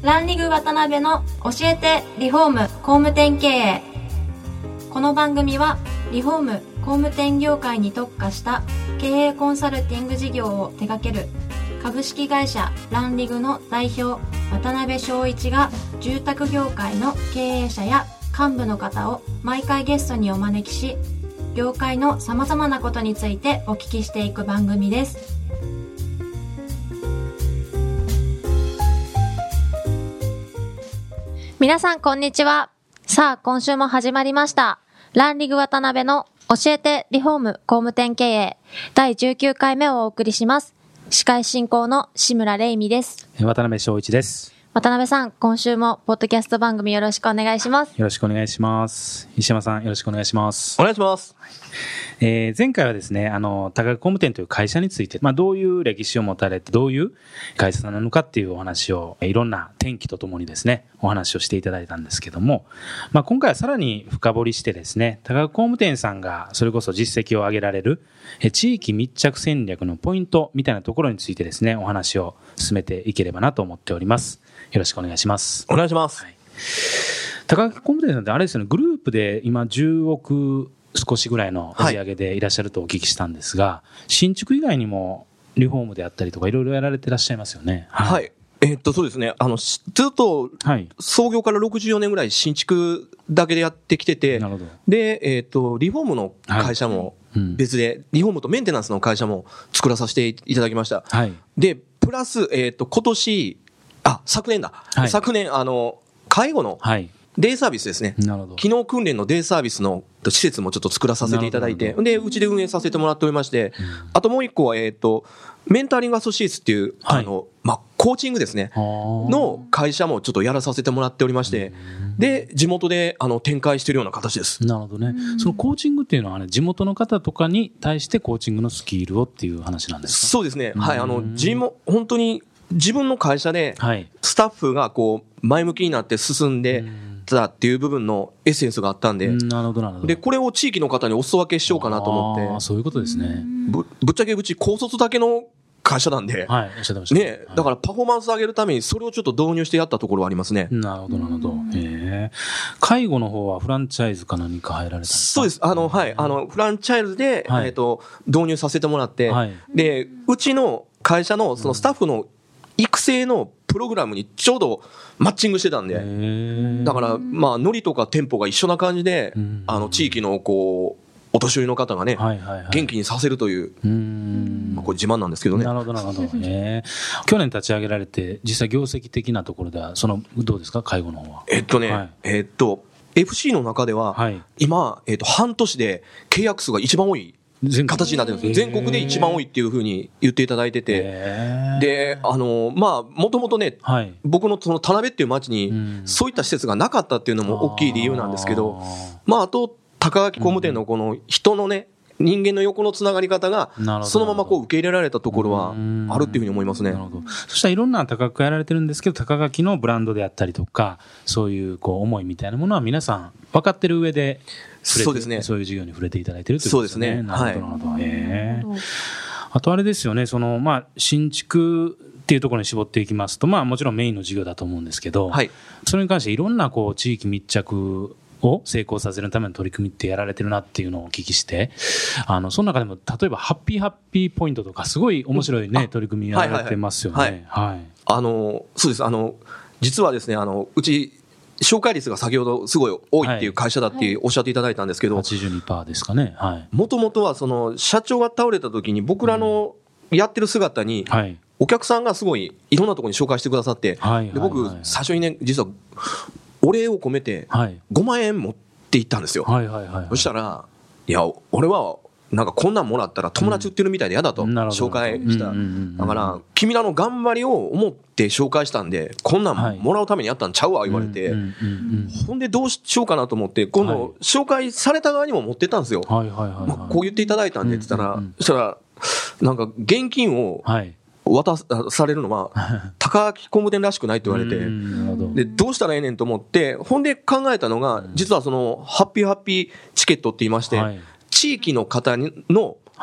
ランリグ渡辺の教えてリフォーム工務店経営。この番組はリフォーム工務店業界に特化した経営コンサルティング事業を手掛ける株式会社ランリグの代表渡辺翔一が、住宅業界の経営者や幹部の方を毎回ゲストにお招きし、業界のさまざまなことについてお聞きしていく番組です。皆さんこんにちは。さあ今週も始まりました。ランリグ渡辺の教えてリフォーム工務店経営第19回目をお送りします。司会進行の志村玲美です。 渡辺翔一です。 渡辺さん、今週もポッドキャスト番組よろしくお願いします。 よろしくお願いします。石山さんよろしくお願いします。 お願いします。 前回はですね、高木工務店という会社について、どういう歴史を持たれて、どういう会社さんなのかっていうお話を、いろんな転機とともにですね、お話をしていただいたんですけども、今回はさらに深掘りしてですね、高木工務店さんがそれこそ実績を上げられる、地域密着戦略のポイントみたいなところについてですね、お話を進めていければなと思っております。よろしくお願いします。 お願いします。 はい、高木工務店さんってあれですよね、グループで今10億少しぐらいの売り上げでいらっしゃるとお聞きしたんですが、新築以外にもリフォームであったりとかいろいろやられてらっしゃいますよね。 はい。そうですね。ずっと創業から64年ぐらい新築だけでやってきてて、 なるほど。 で、リフォームの会社も別で、リフォームとメンテナンスの会社も作らさせていただきました。 はい。 で、プラス、昨年だ。 はい、 昨年、介護のデイサービスですね。 なるほど。 機能訓練のデイサービスの施設もちょっと作らさせていただいて、で、うちで運営させてもらっておりまして、あともう一個は、メンタリングアソシエイツっていう、 はい、 コーチングですね。の会社もちょっとやらさせてもらっておりまして、で、地元で、展開しているような形です。 なるほどね。そのコーチングっていうのは、地元の方とかに対してコーチングのスキルをっていう話なんですか？ そうですね。はい。本当に自分の会社で、スタッフがこう、前向きになって進んで、っていう部分のエッセンスがあったんで、 なるほどなるほど。でこれを地域の方にお裾分けしようかなと思って。 そういうことですね。 ぶっちゃけうち高卒だけの会社なんで、 はい、おっしゃってましたね。だからパフォーマンス上げるためにそれをちょっと導入してやったところはありますね。 なるほどなるほど。介護の方はフランチャイズか何か入られたんですか？ そうです。フランチャイズで、導入させてもらって、でうちの会社のそのスタッフの育成のプログラムにちょうどマッチングしてたんで、だからノリとかテンポが一緒な感じで、地域のこうお年寄りの方がね、元気にさせるという、これ自慢なんですけどね。 なるほどなるほど。去年立ち上げられて実際業績的なところではどうですか、介護の方は？ FC の中では、今半年で契約数が一番多い形になってるんです。全国で一番多いっていうふうに言っていただいてて、で、もともとね、僕のその田辺っていう町にそういった施設がなかったっていうのも大きい理由なんですけど、あと高垣工務店のこの人のね、人間の横のつながり方がそのままこう受け入れられたところはあるっていうふうに思いますね。 なるほど。そしたらいろんな高垣やられてるんですけど、高垣のブランドであったりとか、そういうこう思いみたいなものは皆さん分かってる上で、 そうですね。 そういう事業に触れていただいてるということですね。 そうですね。 なるほどなるほど。あとあれですよね、新築っていうところに絞っていきますと、もちろんメインの事業だと思うんですけど、それに関していろんなこう地域密着を成功させるための取り組みってやられてるなっていうのをお聞きして、その中でも例えばハッピーポイントとかすごい面白いね、取り組みやられてますよね。 そうです。実はですね、うち紹介率が先ほどすごい多いっていう会社だっておっしゃっていただいたんですけど、 82% ですかね。 もともとはその社長が倒れた時に僕らのやってる姿に、お客さんがすごいいろんなところに紹介してくださって、で僕最初にね、実はお礼を込めて5万円持って行ったんですよ。そしたら、いや俺はなんかこんなんもらったら友達売ってるみたいで嫌だと紹介した。だから君らの頑張りを思って紹介したんで、こんなんもらうためにやったんちゃうわ言われて、ほんでどうしようかなと思って、今度紹介された側にも持ってったんですよ。こう言っていただいたんでって言ったら、そしたらなんか現金を渡されるのは高木工務店らしくないって言われて、でどうしたらええねんと思って、ほんで考えたのが、実はそのハッピーチケットって言いまして、地域の方の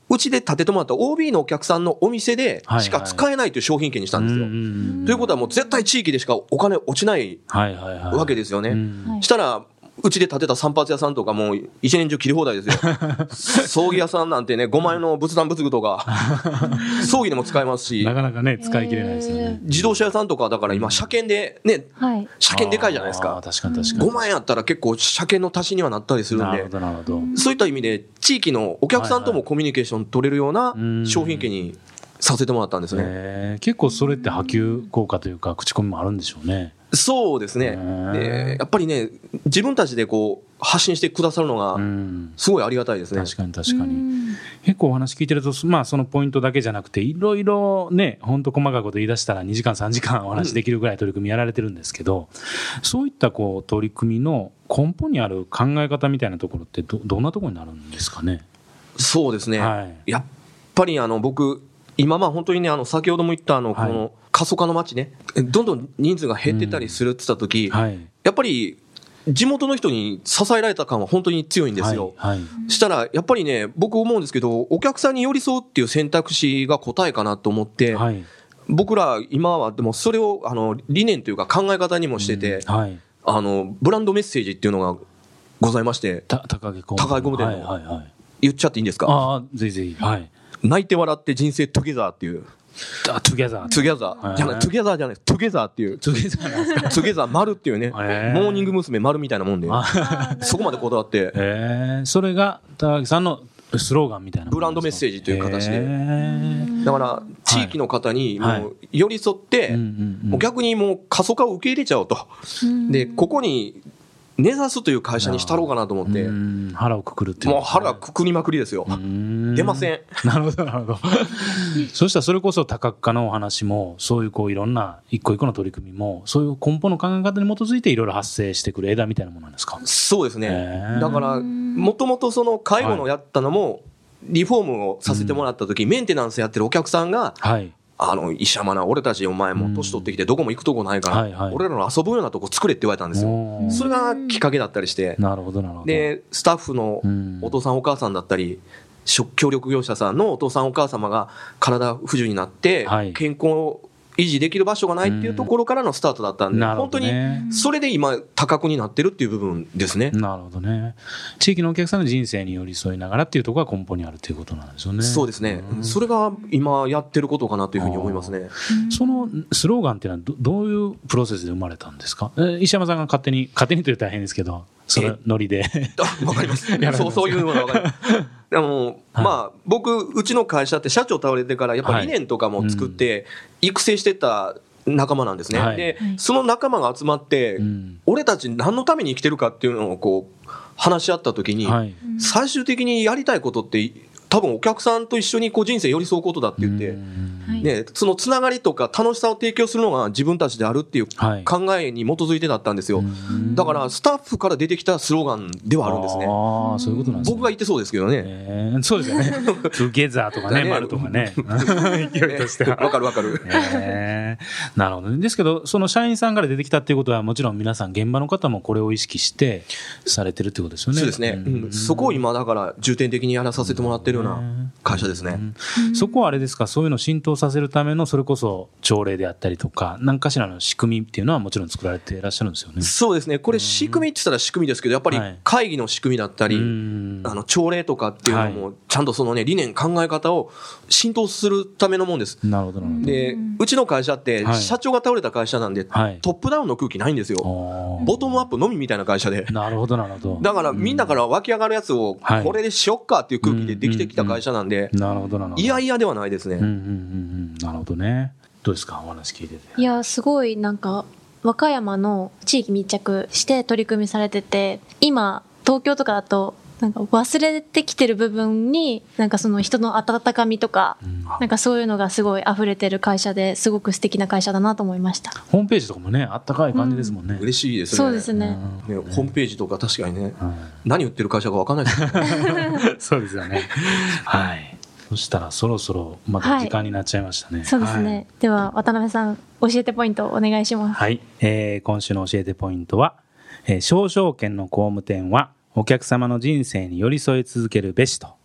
うちで建ててもらった OB のお客さんのお店でしか使えないという商品券にしたんですよ。ということはもう絶対地域でしかお金落ちないわけですよね。したらうちで建てた散髪屋さんとかもう一年中切り放題ですよ。葬儀屋さんなんてね、5万円の仏壇仏具とか、葬儀でも使えますし。 なかなかね、使い切れないですよね。 自動車屋さんとかだから今、車検でね、車検でかいじゃないですか。 確かに確かに。 5万円あったら結構車検の足しにはなったりするんで、そういった意味で地域のお客さんともコミュニケーション取れるような商品券にさせてもらったんですね。 結構それって波及効果というか、口コミもあるんでしょうね。 そうですね。でやっぱりね、自分たちでこう発信してくださるのがすごいありがたいですね。 確かに確かに。結構お話聞いてると、まあそのポイントだけじゃなくて、いろいろね、本当細かいこと言い出したら2時間3時間お話できるぐらい取り組みやられてるんですけど、そういったこう取り組みの根本にある考え方みたいなところってどんなところになるんですかね。 そうですね。やっぱり僕今本当にね、先ほども言ったこの過疎化の街ね、どんどん人数が減ってたりするって言った時、やっぱり地元の人に支えられた感は本当に強いんですよ。したらやっぱりね、僕思うんですけど、お客さんに寄り添うっていう選択肢が答えかなと思って、僕ら今はでもそれを理念というか考え方にもしてて、ブランドメッセージっていうのがございまして、高木工務店の言っちゃっていいんですか。 ぜひぜひ。 泣いて笑って人生トゥゲザーっていう。 トゥゲザーじゃない、 トゥゲザーじゃない、トゥゲザーっていう。 トゥゲザーなんですか。 トゥゲザー丸っていうね、モーニング娘。丸みたいなもんで、そこまでこだわって。 それが高木さんのスローガンみたいな。 ブランドメッセージという形で。だから、地域の方にもう寄り添って、逆にもう過疎化を受け入れちゃおうと。で、ここに、根ざすという会社にしたろうかなと思って。 腹をくくるっていう。 もう腹くくりまくりですよ。出ません。 なるほど、なるほど。そしたらそれこそ多角化のお話も、そういうこういろんな一個一個の取り組みも、そういう根本の考え方に基づいていろいろ発生してくる枝みたいなものなんですか。 そうですね。だから、もともとその介護のやったのも、リフォームをさせてもらった時、メンテナンスやってるお客さんが、石山な、俺たちお前も年取ってきてどこも行くとこないから、俺らの遊ぶようなとこ作れって言われたんですよ。それがきっかけだったりして。 なるほど、なるほど。 で、スタッフのお父さんお母さんだったり、協力業者さんのお父さんお母様が体不自由になって、健康を維持できる場所がないっていうところからのスタートだったんで、本当にそれで今多角になってるっていう部分ですね。 なるほどね。地域のお客さんの人生に寄り添いながらっていうところが根本にあるということなんですよね。 そうですね。それが今やってることかなというふうに思いますね。 そのスローガンっていうのはどういうプロセスで生まれたんですか。石山さんが勝手にというと大変ですけど、そのノリで。 わかります。そういうのがわかります。でも、まあ、僕、うちの会社って社長倒れてから、やっぱり理念とかも作って、育成してた仲間なんですね。で、その仲間が集まって、俺たち何のために生きてるかっていうのをこう、話し合ったときに、最終的にやりたいことって、多分お客さんと一緒にこう人生寄り添うことだって言って、ね、そのつながりとか楽しさを提供するのが自分たちであるっていう考えに基づいてだったんですよ。だからスタッフから出てきたスローガンではあるんですね。 そういうことなんですね。 僕が言ってそうですけどね。 そうですよね。トゥゲザーとかね、丸とかね。勢いとしては。 わかるわかる。 なるほどね。ですけど、その社員さんから出てきたっていうことは、もちろん皆さん現場の方もこれを意識してされてるってことですよね。 そうですね。そこを今だから重点的にやらさせてもらってるような会社ですね。 そこはあれですか、そういうのを浸透させるためのそれこそ朝礼であったりとか何かしらの仕組みっていうのはもちろん作られていらっしゃるんですよね。 そうですね。これ仕組みって言ったら仕組みですけど、やっぱり会議の仕組みだったり、朝礼とかっていうのもちゃんとそのね理念考え方を浸透するためのもんです。 なるほどなるほど。 で、うちの会社って社長が倒れた会社なんで、トップダウンの空気ないんですよ。ボトムアップのみみたいな会社で。 なるほどなるほど。 だからみんなから湧き上がるやつをこれでしよっかっていう空気でできてきた会社なんで、 なるほどなるほど。 いやいやではないですね。 なるほどね。どうですか、お話聞いてて。 いや、すごいなんか和歌山の地域密着して取り組みされてて、今東京とかだとなんか忘れてきてる部分になんかその人の温かみとか、なんかそういうのがすごい溢れてる会社で、すごく素敵な会社だなと思いました。 ホームページとかもね、あったかい感じですもんね。 嬉しいですね。 そうですね。 ホームページとか確かにね、何売ってる会社か分かんないですね。 そうですよね。はい。そしたらそろそろまた時間になっちゃいましたね。 そうですね。では渡辺さん、教えてポイントをお願いします。 はい。今週の教えてポイントは、少々圏の工務店はお客様の人生に寄り添い続けるべしと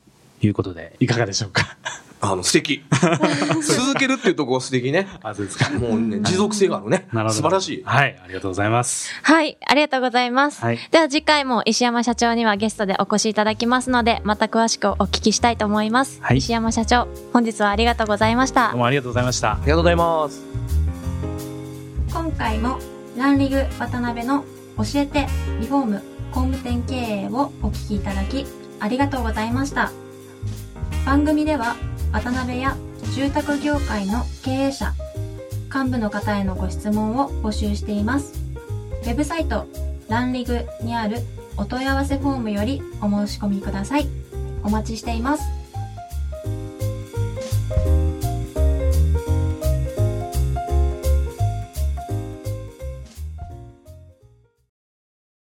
いうことで、いかがでしょうか。 素敵。続けるっていうところ素敵ね。 そうですか。 もうね、持続性があるね。素晴らしい。 はい、ありがとうございます。 はい、ありがとうございます。 はい、 では次回も石山社長にはゲストでお越しいただきますので、また詳しくお聞きしたいと思います。はい、石山社長、本日はありがとうございました。 どうもありがとうございました。 ありがとうございます。 今回もランリグ渡辺の教えてリフォーム工務店経営をお聞きいただきありがとうございました。番組では渡辺や住宅業界の経営者、幹部の方へのご質問を募集しています。ウェブサイトランリグにあるお問い合わせフォームよりお申し込みください。お待ちしています。